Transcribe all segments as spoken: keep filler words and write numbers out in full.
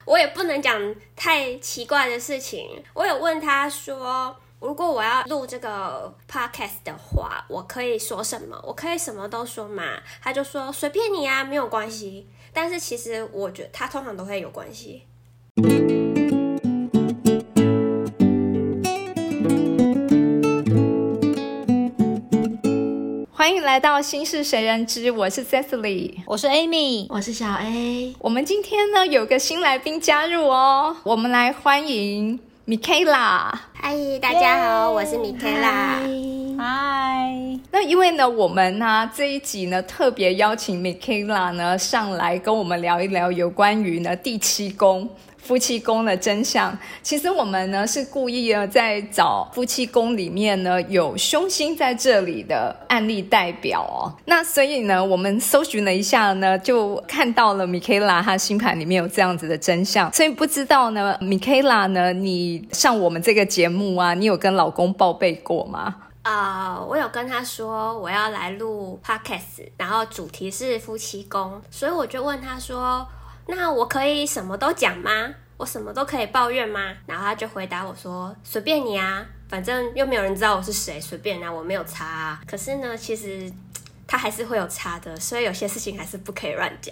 我也不能讲太奇怪的事情。我有问他说，如果我要录这个 podcast 的话，我可以说什么？我可以什么都说嘛？他就说随便你啊，没有关系。但是其实我觉得他通常都会有关系。 欢迎来到心事谁人知，我是 Cecily， 我是 Amy， 我是小 A。 我们今天呢有个新来宾加入哦，我们来欢迎 Michaela。 嗨，大家好，我是 Michaela。 嗨。 那因为呢，我们呢这一集呢特别邀请 Michaela 呢上来跟我们聊一聊有关于呢第七宫。夫妻宫的真相，其实我们呢是故意呢在找夫妻宫里面呢有凶星在这里的案例代表哦。那所以呢，我们搜寻了一下呢，就看到了 Michaela 她星盘里面有这样子的真相。所以不知道呢 ，Michaela 呢，你上我们这个节目啊，你有跟老公报备过吗？ 啊、uh, 我有跟他说我要来录 podcast， 然后主题是夫妻宫，所以我就问他说，那我可以什么都讲吗？我什么都可以抱怨吗？然后他就回答我说，随便你啊，反正又没有人知道我是谁，随便啊，我没有差啊。可是呢，其实他还是会有差的，所以有些事情还是不可以乱讲。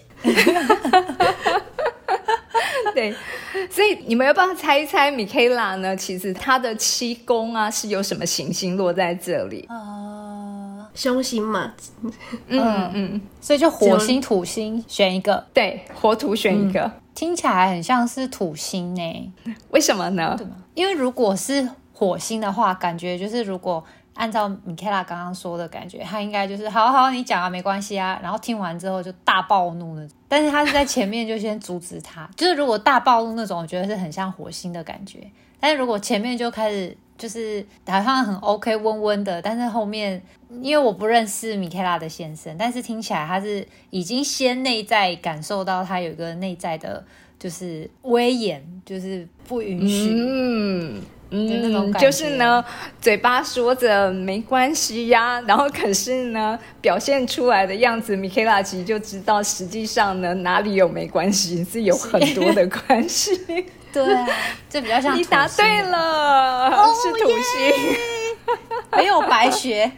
对，所以你们要不要猜一猜 Michaela 呢？其实她的七宫啊是有什么行星落在这里？ 呃， 凶星嘛。 嗯嗯， 所以就火星、土星选一个。 对，火土选一个。 嗯，听起来很像是土星耶。 为什么呢？ 因为如果是火星的话，感觉就是如果按照 Michaela 刚刚说的感觉，他应该就是好好你讲啊，没关系啊，然后听完之后就大暴怒那种。但是他是在前面就先阻止他，就是如果大暴怒那种，我觉得是很像火星的感觉。但是如果前面就开始就是好像很 OK 温温的，但是后面因为我不认识 Michaela 的先生，但是听起来他是已经先内在感受到他有一个内在的就是威严，就是不允许。 嗯嗯， 那种感觉就是呢，嘴巴说着没关系呀，然后可是呢，表现出来的样子 ，Michaela 其实就知道，实际上呢，哪里有没关系，是有很多的关系。 对啊，这比较像土星。 你答对了， 哦， 是土星。 没有白学。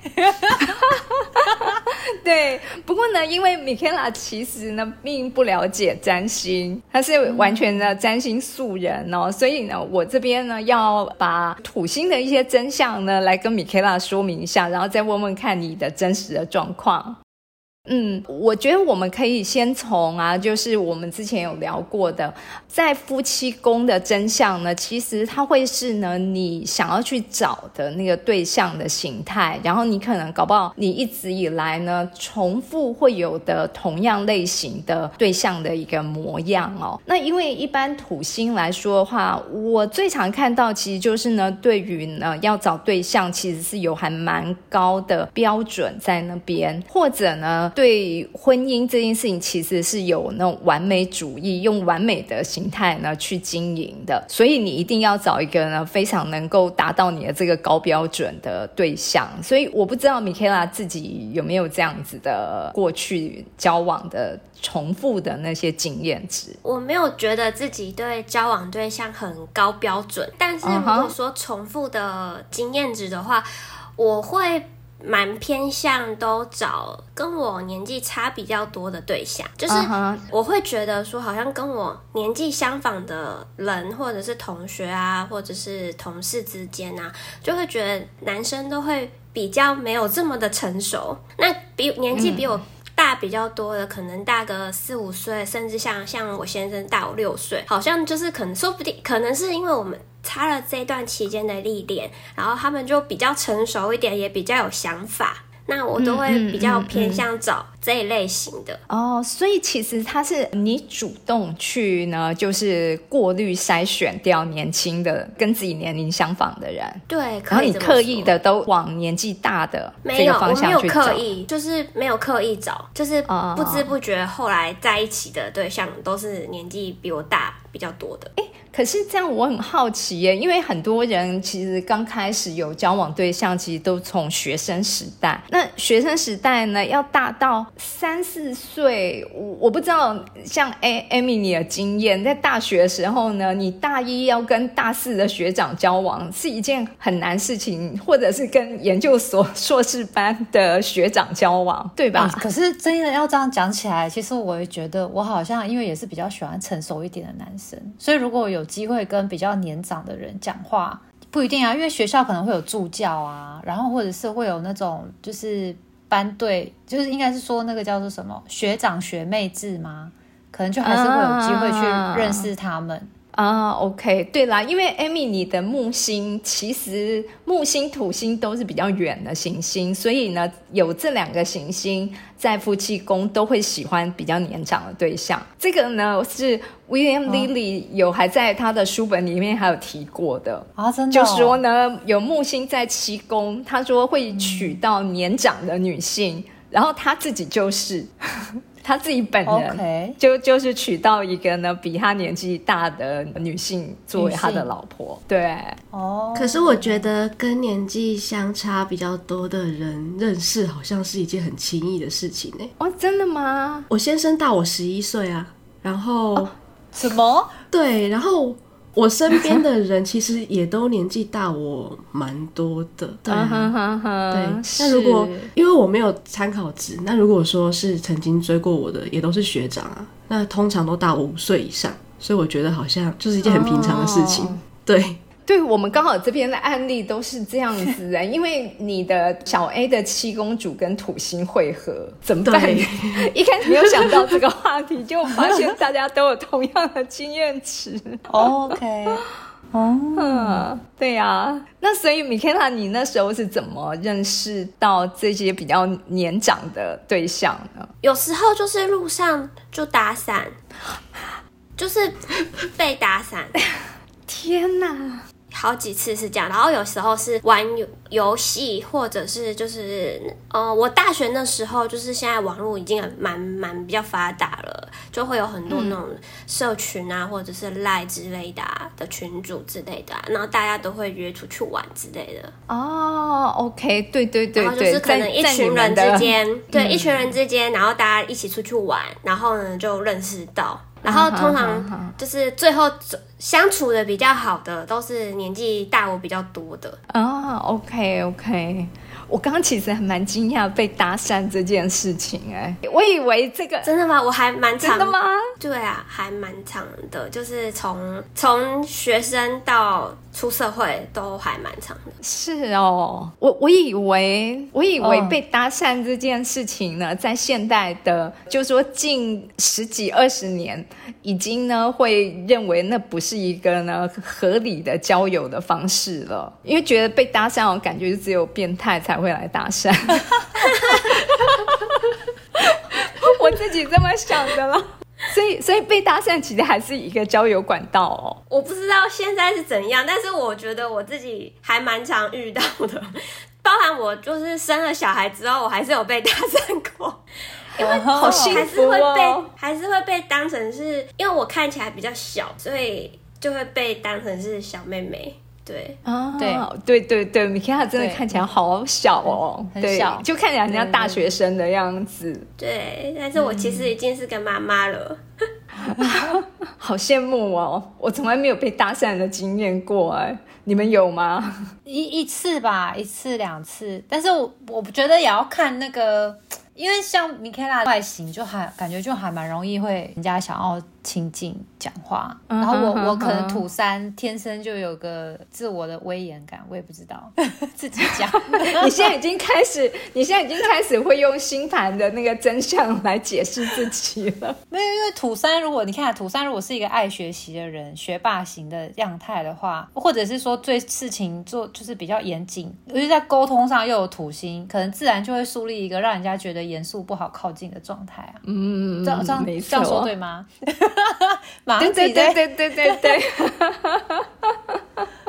对，不过呢，因为 Michaela 其实呢并不了解占星，她是完全的占星素人哦，所以呢，我这边呢要把土星的一些真相呢来跟 Michaela 说明一下，然后再问问看你的真实的状况。嗯，我觉得我们可以先从啊，就是我们之前有聊过的，在夫妻宫的真相呢，其实它会是呢你想要去找的那个对象的形态，然后你可能搞不好你一直以来呢重复会有的同样类型的对象的一个模样哦。那因为一般土星来说的话，我最常看到其实就是呢，对于呢要找对象，其实是有还蛮高的标准在那边，或者呢对婚姻这件事情其实是有那种完美主义，用完美的形态呢去经营的，所以你一定要找一个呢非常能够达到你的这个高标准的对象。所以我不知道 Michaela 自己有没有这样子的过去交往的重复的那些经验值。 我没有觉得自己对交往对象很高标准，但是如果说重复的经验值的话，我会蛮偏向都找跟我年纪差比较多的对象，就是我会觉得说好像跟我年纪相仿的人，或者是同学啊，或者是同事之间啊，就会觉得男生都会比较没有这么的成熟，那比年纪比我大比较多的，可能大个四五岁，甚至像像我先生大我六岁，好像就是可能说不定，可能是因为我们差了这段期间的历练，然后他们就比较成熟一点，也比较有想法。那我都会比较偏向找这一类型的。 嗯嗯嗯、哦，所以其实它是你主动去呢，就是过滤筛选掉年轻的跟自己年龄相仿的人。 对， 然后你刻意的都往年纪大的这个方向去找。 没有，我没有刻意，就是没有刻意找，就是不知不觉后来在一起的对象都是年纪比我大比较多的。 诶， 可是这样我很好奇耶，因为很多人其实刚开始有交往对象，其实都从学生时代。那学生时代呢，要大到三四岁，我我不知道像 Amy 你的经验，在大学的时候呢，你大一要跟大四的学长交往是一件很难事情，或者是跟研究所硕士班的学长交往，对吧？ 欸、可是真的要这样讲起来，其实我也觉得我好像因为也是比较喜欢成熟一点的男生，所以如果有机会跟比较年长的人讲话，不一定啊，因为学校可能会有助教啊，然后或者是会有那种就是班队，就是应该是说那个叫做什么学长学妹制吗？可能就还是会有机会去认识他们。 啊、OK， 对啦，因为 Amy 你的木星其实木星土星都是比较远的行星，所以呢有这两个行星在夫妻宫都会喜欢比较年长的对象。这个呢是 William Lilly 有还在他的书本里面还有提过的啊，真的、哦、 就说呢有木星在七宫，他说会娶到年长的女性、嗯、然后他自己就是他自己本人就、okay. 就是娶到一个呢比他年纪大的女性作为他的老婆。对哦，可是我觉得跟年纪相差比较多的人认识好像是一件很轻易的事情耶。 哦，真的吗？ 我先生大我十一岁啊，然后、哦、 什么？ 对，然后我身边的人其实也都年纪大我蛮多的，对啊，对。那如果因为我没有参考值，那如果说是曾经追过我的，也都是学长啊，那通常都大我五岁以上，所以我觉得好像就是一件很平常的事情，哦、对。 对，我们刚好这边的案例都是这样子的，因为你的小 A 的七公主跟土星会合，怎么办？一开始没有想到这个话题，就发现大家都有同样的经验值。 OK， 哦、 嗯，对呀、啊。那所以 Michaela 你那时候是怎么认识到这些比较年长的对象呢？ 有时候就是路上就打伞，就是被打伞。 天哪！ 好几次是这样，然后有时候是玩游戏，或者是就是呃，我大学那时候就是现在网络已经蛮蛮比较发达了，就会有很多那种社群啊，嗯、或者是 Line 之类的、啊、的群组之类的、啊，然后大家都会约出去玩之类的。 哦 ，OK， 对对对对， 然后就是可能一群人之间，对、 嗯、 一群人之间，然后大家一起出去玩，然后呢就认识到。然后通常就是最后相处的比较好的都是年纪大我比较多的啊、哦、OK OK， 我刚刚其实还蛮惊讶被搭讪这件事情哎，我以为这个真的吗？我还蛮常真的吗？ 对啊，还蛮常的，就是从从学生到出社会都还蛮长的。 是哦，我我以为我以为被搭讪这件事情呢，在现代的，就是说近十几二十年，已经呢会认为那不是一个呢合理的交友的方式了，因为觉得被搭讪，我感觉只有变态才会来搭讪。我自己这么想的啦。所以，所以被搭讪其实还是一个交友管道哦。 我不知道现在是怎样，但是我觉得我自己还蛮常遇到的，包含我就是生了小孩之后，我还是有被搭讪过，因为好幸福哦， 还是会被还是会被当成是，因为我看起来比较小，所以就会被当成是小妹妹。对啊，对对对对 Michaela 真的看起来好小哦， 很小， 对，就看起来很像大学生的样子。 对，但是我其实已经是个妈妈了。 好羡慕哦，我从来没有被搭讪的经验过哎，你们有吗？ 一一次吧，一次两次，但是我我觉得也要看那个，因为像 Michaela 外形就还感觉就还蛮容易会人家想要亲近讲话，然后我我可能土三天生就有个自我的威严感，我也不知道自己讲。 你现在已经开始，你现在已经开始会用星盘的那个真相来解释自己了。 没有，因为土三如果你看土三如果是一个爱学习的人，学霸型的样态的话，或者是说对事情做就是比较严谨，尤其在沟通上又有土星，可能自然就会树立一个让人家觉得严肃不好靠近的状态啊。 嗯， 这样这样这样说对吗？马上对对对对对对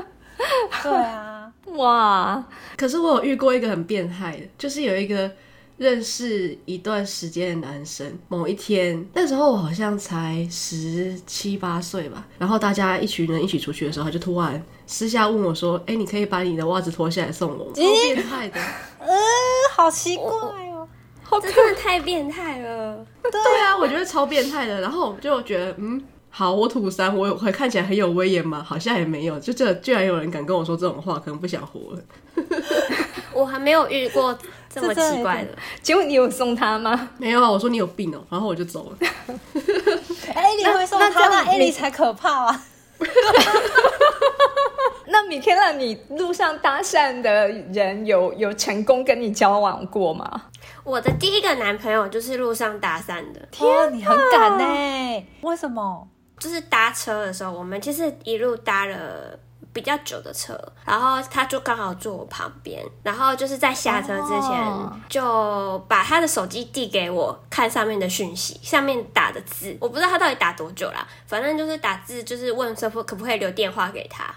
对啊， 哇！ 可是我有遇过一个很变态的，就是有一个认识一段时间的男生，某一天，那时候我好像才十七八岁吧，然后大家一群人一起出去的时候，他就突然私下问我说：“哎、欸，你可以把你的袜子脱下来送我吗？”超变态的， 呃，好奇怪哦， 这真的太变态了。 对啊，我觉得超变态的。然后我就觉得，嗯，好，我土三，我会看起来很有威严吗？好像也没有。就这居然有人敢跟我说这种话，可能不想活了。 我还没有遇过这么奇怪的。 结果你有送他吗？ 没有啊，我说你有病哦、喔，然后我就走了。 哎、欸，你会送他，那艾莉才可怕啊！ 那米凯拉，你路上搭讪的人有有成功跟你交往过吗？ 我的第一个男朋友就是路上搭讪的。 天、哦，你很敢耶！为什么？ 就是搭车的时候，我们其实一路搭了比较久的车，然后他就刚好坐我旁边，然后就是在下车之前就把他的手机递给我看上面的讯息，上面打的字我不知道他到底打多久啦，反正就是打字就是问说可不可以留电话给他。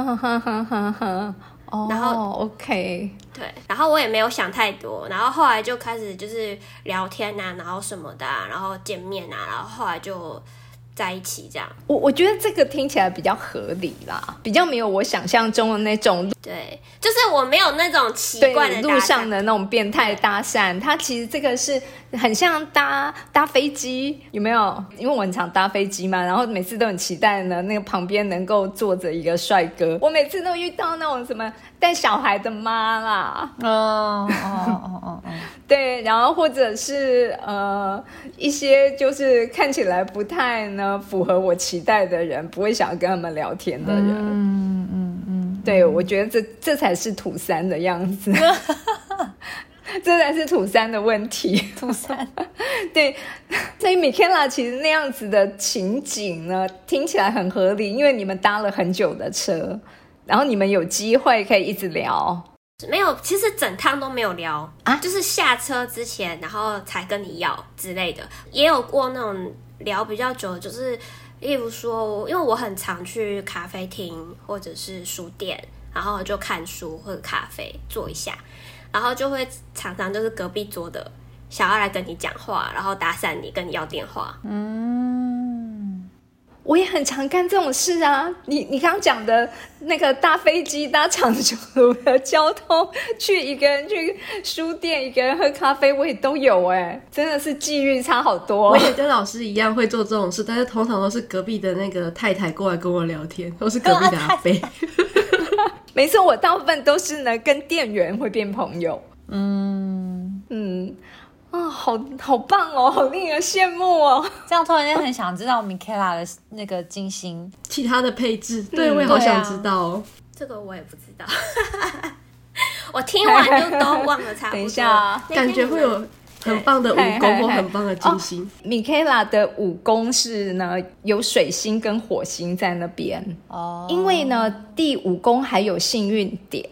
哦， 然后 OK， 对，然后我也没有想太多，然后后来就开始就是聊天啊，然后什么的啊，然后见面啊，然后后来就在一起这样。 我我觉得这个听起来比较合理啦，比较没有我想象中的那种， 对，就是我没有那种奇怪的搭讪路上的那种变态搭讪，它其实这个是很像搭搭飞机，有没有？因为我很常搭飞机嘛，然后每次都很期待呢，那个旁边能够坐着一个帅哥。我每次都遇到那种什么带小孩的妈啦， 哦哦哦哦哦， 对，然后或者是呃一些就是看起来不太呢符合我期待的人，不会想要跟他们聊天的人。 嗯嗯嗯， 对，我觉得这这才是土三的样子。这才是土三的问题， 土三对，所以米凯拉其实那样子的情景呢，听起来很合理，因为你们搭了很久的车，然后你们有机会可以一直聊。 没有，其实整趟都没有聊啊， 就是下车之前，然后才跟你要之类的，也有过那种聊比较久的，就是例如说，因为我很常去咖啡厅或者是书店，然后就看书或者咖啡坐一下。然后就会常常就是隔壁桌的想要来跟你讲话，然后搭讪你，跟你要电话。 嗯，我也很常干这种事啊。你你刚刚讲的那个搭飞机、搭长途的交通，去一个人去书店，一个人喝咖啡，我也都有哎、欸，真的是际遇差好多。 我也跟老师一样会做这种事，但是通常都是隔壁的那个太太过来跟我聊天，都是隔壁的阿伯。 没错，我大部分都是呢跟店员会变朋友。 嗯嗯啊，好好棒哦，好令人羡慕哦。 这样突然间很想知道米凯拉的那个金星其他的配置，对、嗯、我也好想知道哦。 这个我也不知道，我听完就都忘了差不多。 等一下， 感觉会有很棒的武功或很棒的金星。 米凯拉的武功是呢，有水星跟火星在那边哦，因为呢，第五宫还有幸运点，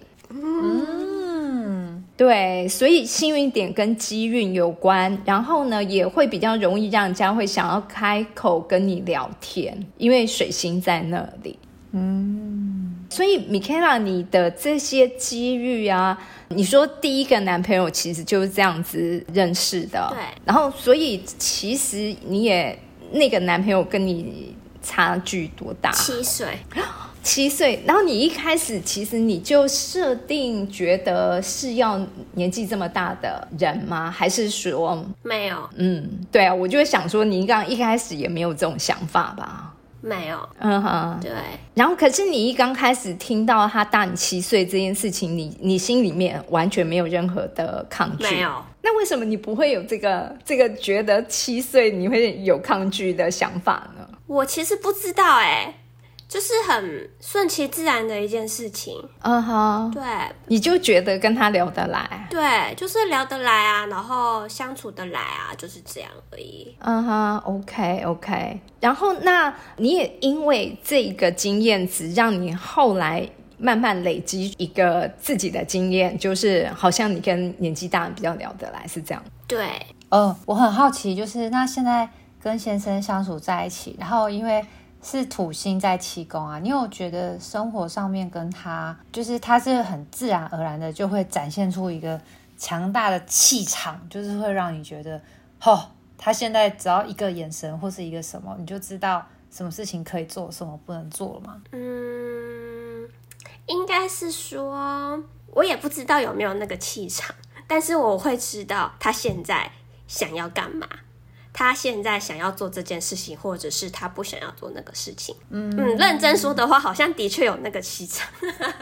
嗯，对，所以幸运点跟机运有关，然后呢，也会比较容易让人家会想要开口跟你聊天，因为水星在那里，嗯，所以米凯拉，你的这些机遇啊。你说第一个男朋友其实就是这样子认识的， 对， 然后所以其实你也那个男朋友跟你差距多大？ 七岁， 七岁。然后你一开始其实你就设定觉得是要年纪这么大的人吗？还是说没有？ 嗯，对啊，我就会想说你刚刚一开始也没有这种想法吧？ 没有， 嗯哼， 对。 然后，可是你一刚开始听到他大你七岁这件事情，你你心里面完全没有任何的抗拒， 没有。 那为什么你不会有这个这个觉得七岁你会有抗拒的想法呢？ 我其实不知道哎、欸，就是很顺其自然的一件事情。 嗯哼， 对， 你就觉得跟他聊得来， 对，就是聊得来啊，然后相处得来啊，就是这样而已。 嗯哼 ，OK OK。然后，那你也因为这个经验值，让你后来慢慢累积一个自己的经验，就是好像你跟年纪大人比较聊得来，是这样？ 对。 呃，我很好奇，就是那现在跟先生相处在一起，然后因为是土星在七宫啊，你有觉得生活上面跟他，就是他是很自然而然的就会展现出一个强大的气场，就是会让你觉得哦，他现在只要一个眼神或是一个什么，你就知道什么事情可以做，什么不能做了吗？ 嗯，应该是说我也不知道有没有那个气场，但是我会知道他现在想要干嘛，他现在想要做这件事情，或者是他不想要做那个事情。嗯嗯，认真说的话，好像的确有那个气场。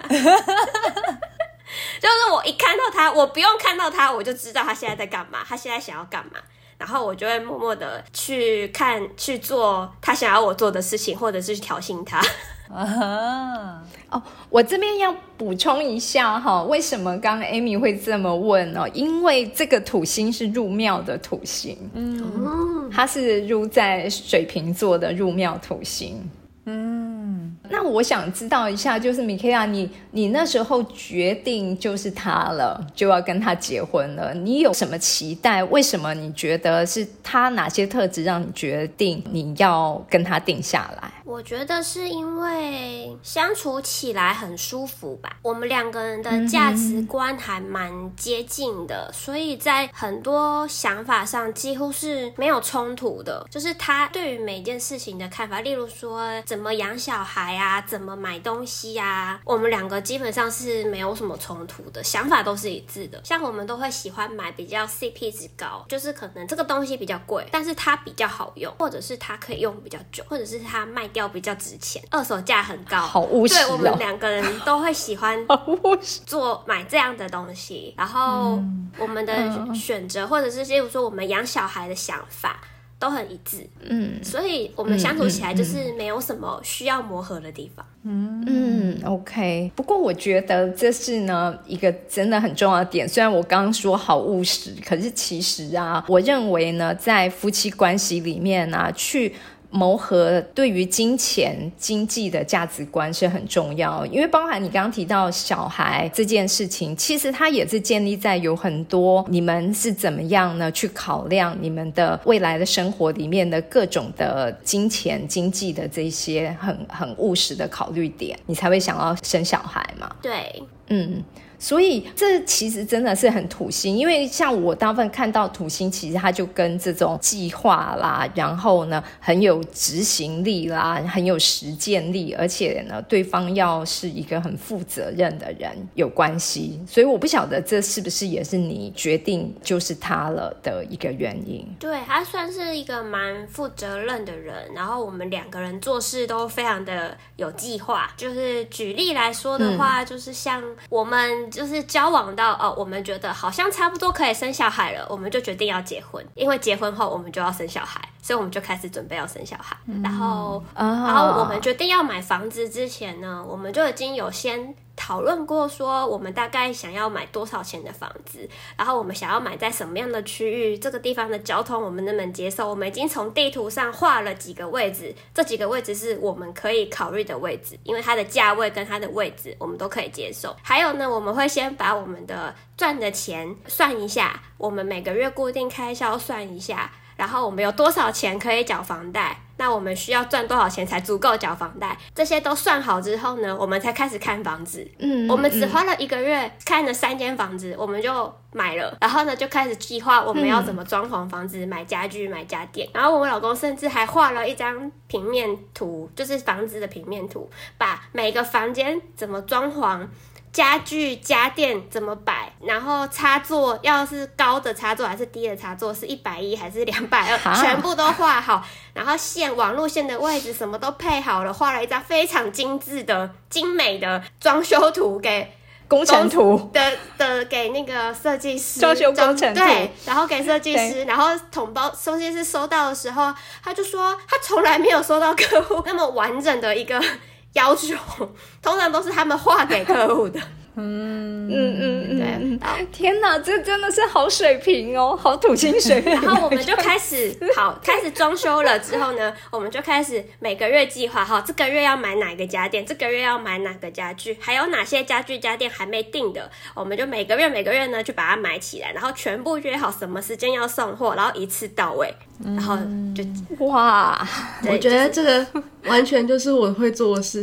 就是我一看到他，我不用看到他，我就知道他现在在干嘛，他现在想要干嘛，然后我就会默默的去看去做他想要我做的事情，或者是去挑衅他。 啊哦，我这边要补充一下哈，为什么刚刚 Amy 会这么问呢？因为这个土星是入庙的土星，嗯，它是入在水瓶座的入庙土星。嗯，那我想知道一下，就是米凯拉，你你那时候决定就是他了，就要跟他结婚了，你有什么期待？为什么你觉得是他哪些特质让你决定你要跟他定下来？ 我觉得是因为相处起来很舒服吧，我们两个人的价值观还蛮接近的，所以在很多想法上几乎是没有冲突的，就是他对于每件事情的看法，例如说怎么养小孩啊，怎么买东西啊，我们两个基本上是没有什么冲突的，想法都是一致的。像我们都会喜欢买比较 C P 值高，就是可能这个东西比较贵，但是它比较好用，或者是它可以用比较久，或者是它卖掉比较值钱，二手价很高。 好务实哦。 对，我们两个人都会喜欢做买这样的东西，然后我们的选择，或者是例如说我们养小孩的想法都很一致，嗯，所以我们相处起来就是没有什么需要磨合的地方。 嗯嗯 OK， 不过我觉得这是呢一个真的很重要的点，虽然我刚刚说好务实，可是其实啊，我认为呢在夫妻关系里面啊，去谋合对于金钱经济的价值观是很重要，因为包含你刚刚提到小孩这件事情，其实它也是建立在有很多你们是怎么样呢去考量你们的未来的生活里面的各种的金钱经济的这些很很务实的考虑点，你才会想要生小孩嘛。 对， 嗯，所以这其实真的是很土星，因为像我大部分看到土星，其实它就跟这种计划啦，然后呢很有执行力啦，很有实践力，而且呢对方要是一个很负责任的人有关系。所以我不晓得这是不是也是你决定就是他了的一个原因。 对，他算是一个蛮负责任的人，然后我们两个人做事都非常的有计划。就是举例来说的话、嗯、就是像我们就是交往到哦，我们觉得好像差不多可以生小孩了，我们就决定要结婚，因为结婚后我们就要生小孩，所以我们就开始准备要生小孩、嗯、然后、哦、然后我们决定要买房子之前呢，我们就已经有先讨论过说我们大概想要买多少钱的房子，然后我们想要买在什么样的区域，这个地方的交通我们能不能接受，我们已经从地图上画了几个位置，这几个位置是我们可以考虑的位置，因为它的价位跟它的位置我们都可以接受。还有呢，我们会先把我们的赚的钱算一下，我们每个月固定开销算一下，然后我们有多少钱可以缴房贷，那我们需要赚多少钱才足够缴房贷，这些都算好之后呢，我们才开始看房子。嗯，我们只花了一个月看了三间房子，我们就买了，然后呢就开始计划我们要怎么装潢房子、嗯、买家具、买家电。然后我老公甚至还画了一张平面图，就是房子的平面图，把每个房间怎么装潢、家具家电怎么摆，然后插座要是高的插座还是低的插座，是一百一还是两百二，全部都画好，然后线网路线的位置什么都配好了，画了一张非常精致的精美的装修图给工程图的的给那个设计师装修工程图， 对，然后给设计师，然后统包设计师收到的时候，他就说他从来没有收到客户那么完整的一个要求，通常都是他们画给客户的。 嗯嗯嗯嗯，天哪，这真的是好水平哦，好土星水平。 然后我们就开始好开始装修了之后呢，我们就开始每个月计划，好这个月要买哪个家电，这个月要买哪个家具，还有哪些家具家电还没定的，我们就每个月每个月呢就把它买起来，然后全部约好什么时间要送货，然后一次到位，然后就、 嗯、哇， 我觉得这个完全就是我会做的事情。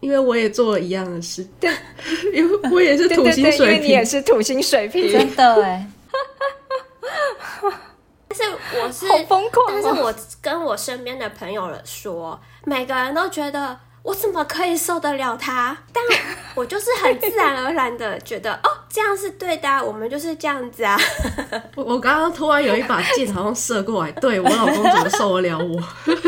因为我也做了一样的事。对，因为我也是土星水瓶。对对对，因为你也是土星水瓶， 真的哎。 但是我是好疯狂、哦、 但是我跟我身边的朋友说，每个人都觉得我怎么可以受得了他，但我就是很自然而然的觉得哦，这样是对的、啊、我们就是这样子啊。 我刚刚突然有一把箭好像射过来，对，我老公怎么受得了我？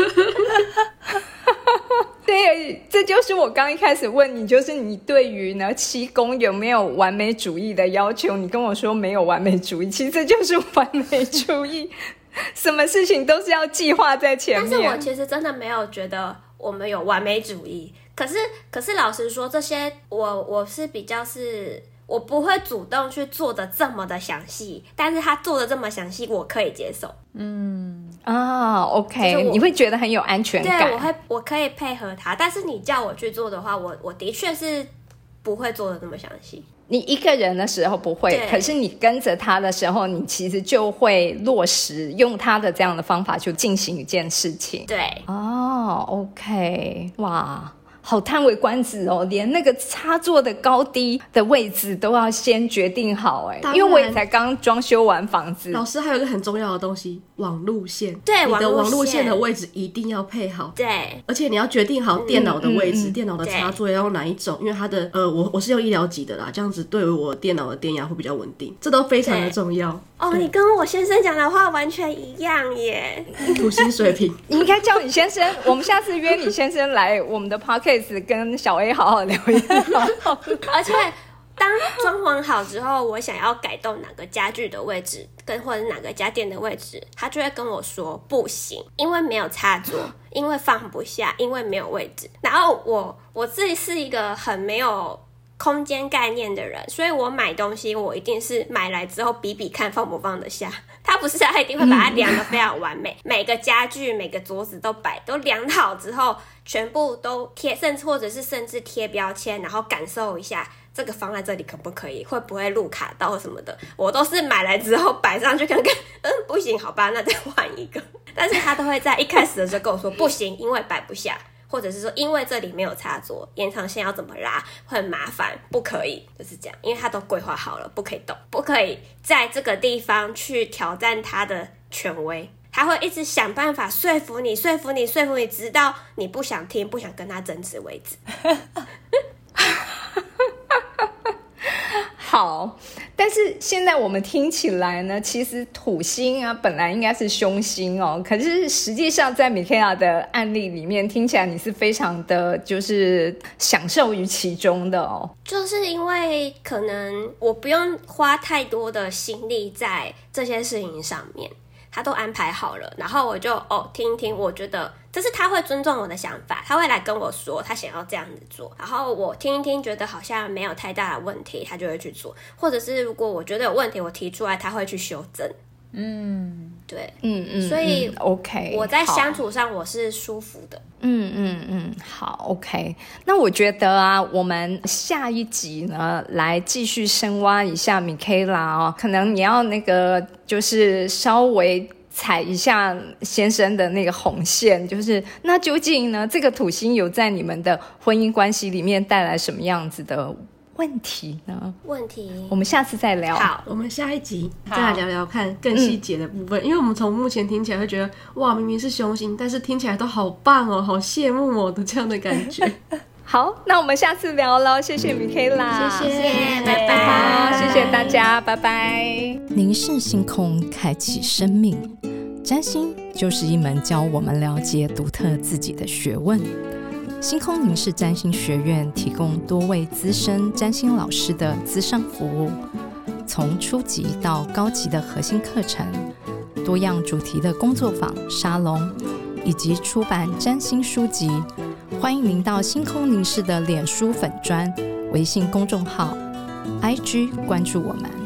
对，这就是我刚一开始问你，就是你对于呢七宫有没有完美主义的要求？你跟我说没有完美主义，其实这就是完美主义。什么事情都是要计划在前面。 但是我其实真的没有觉得我们有完美主义，可是可是老实说，这些我我是比较是。我不会主动去做的这么的详细，但是他做的这么详细，我可以接受。 嗯啊 ，OK， 你会觉得很有安全感。 对，我会，我可以配合他。但是你叫我去做的话，我我的确是不会做的那么详细。 你一个人的时候不会，可是你跟着他的时候，你其实就会落实用他的这样的方法去进行一件事情。 对， 哦 ，OK， 哇。好叹为观止哦，连那个插座的高低的位置都要先决定好哎，因为我也才刚装修完房子。 老师还有一个很重要的东西，网路线。 对， 你的网路线的位置一定要配好。 对， 而且你要决定好电脑的位置，嗯嗯嗯、电脑的插座要用哪一种，因为它的呃，我我是用医疗级的啦，这样子对于我电脑的电压会比较稳定，这都非常的重要。 哦，你跟我先生讲的话完全一样耶， 土星水平。 你应该叫你先生，我们下次约你先生来我们的 podcast 跟小 A 好好聊一聊。 而且当装潢好之后，我想要改动哪个家具的位置，跟或者哪个家电的位置，他就会跟我说不行，因为没有插座，因为放不下，因为没有位置。然后我我自己是一个很没有空间概念的人，所以我买东西我一定是买来之后比比看放不放得下。他不是他一定会把它量得非常完美，每个家具每个桌子都摆都量好之后，全部都贴，甚至或者是甚至贴标签，然后感受一下这个放在这里可不可以，会不会路卡到什么的，我都是买来之后摆上去看看，嗯，不行，好吧，那再换一个。但是他都会在一开始的时候跟我说不行，因为摆不下，或者是说因为这里没有插座，延长线要怎么拉会很麻烦，不可以，就是这样，因为他都规划好了，不可以动，不可以在这个地方去挑战他的权威，他会一直想办法说服你说服你说服你，直到你不想听不想跟他争执为止。 好，但是现在我们听起来呢，其实土星啊本来应该是凶星哦，可是实际上在 Michaela 的案例里面听起来你是非常的就是享受于其中的哦。 就是因为可能我不用花太多的心力在这些事情上面，他都安排好了，然后我就哦听一听，我觉得这是他会尊重我的想法，他会来跟我说他想要这样子做，然后我听一听觉得好像没有太大的问题，他就会去做，或者是如果我觉得有问题我提出来，他会去修正。嗯，对， 嗯嗯， 所以 OK， 我在相处上我是舒服的。 嗯嗯嗯，好 OK。那我觉得啊，我们下一集呢，来继续深挖一下 Michaela 哦，可能你要那个就是稍微踩一下先生的那个红线，就是那究竟呢，这个土星有在你们的婚姻关系里面带来什么样子的问题呢？ 问题我们下次再聊。 好， 我们下一集再来聊聊看更细节的部分、嗯、因为我们从目前听起来会觉得哇明明是凶星，但是听起来都好棒哦，好羡慕哦的这样的感觉。 好，那我们下次聊咯，谢谢 Michaela， 谢谢，拜拜， 谢谢大家，拜拜。 凝视星空，开启生命。占星就是一门教我们了解独特自己的学问。星空凝视占星学院提供多位资深占星老师的咨商服务，从初级到高级的核心课程，多样主题的工作坊、沙龙，以及出版占星书籍。欢迎您到星空凝视的脸书粉专、微信公众号、I G 关注我们。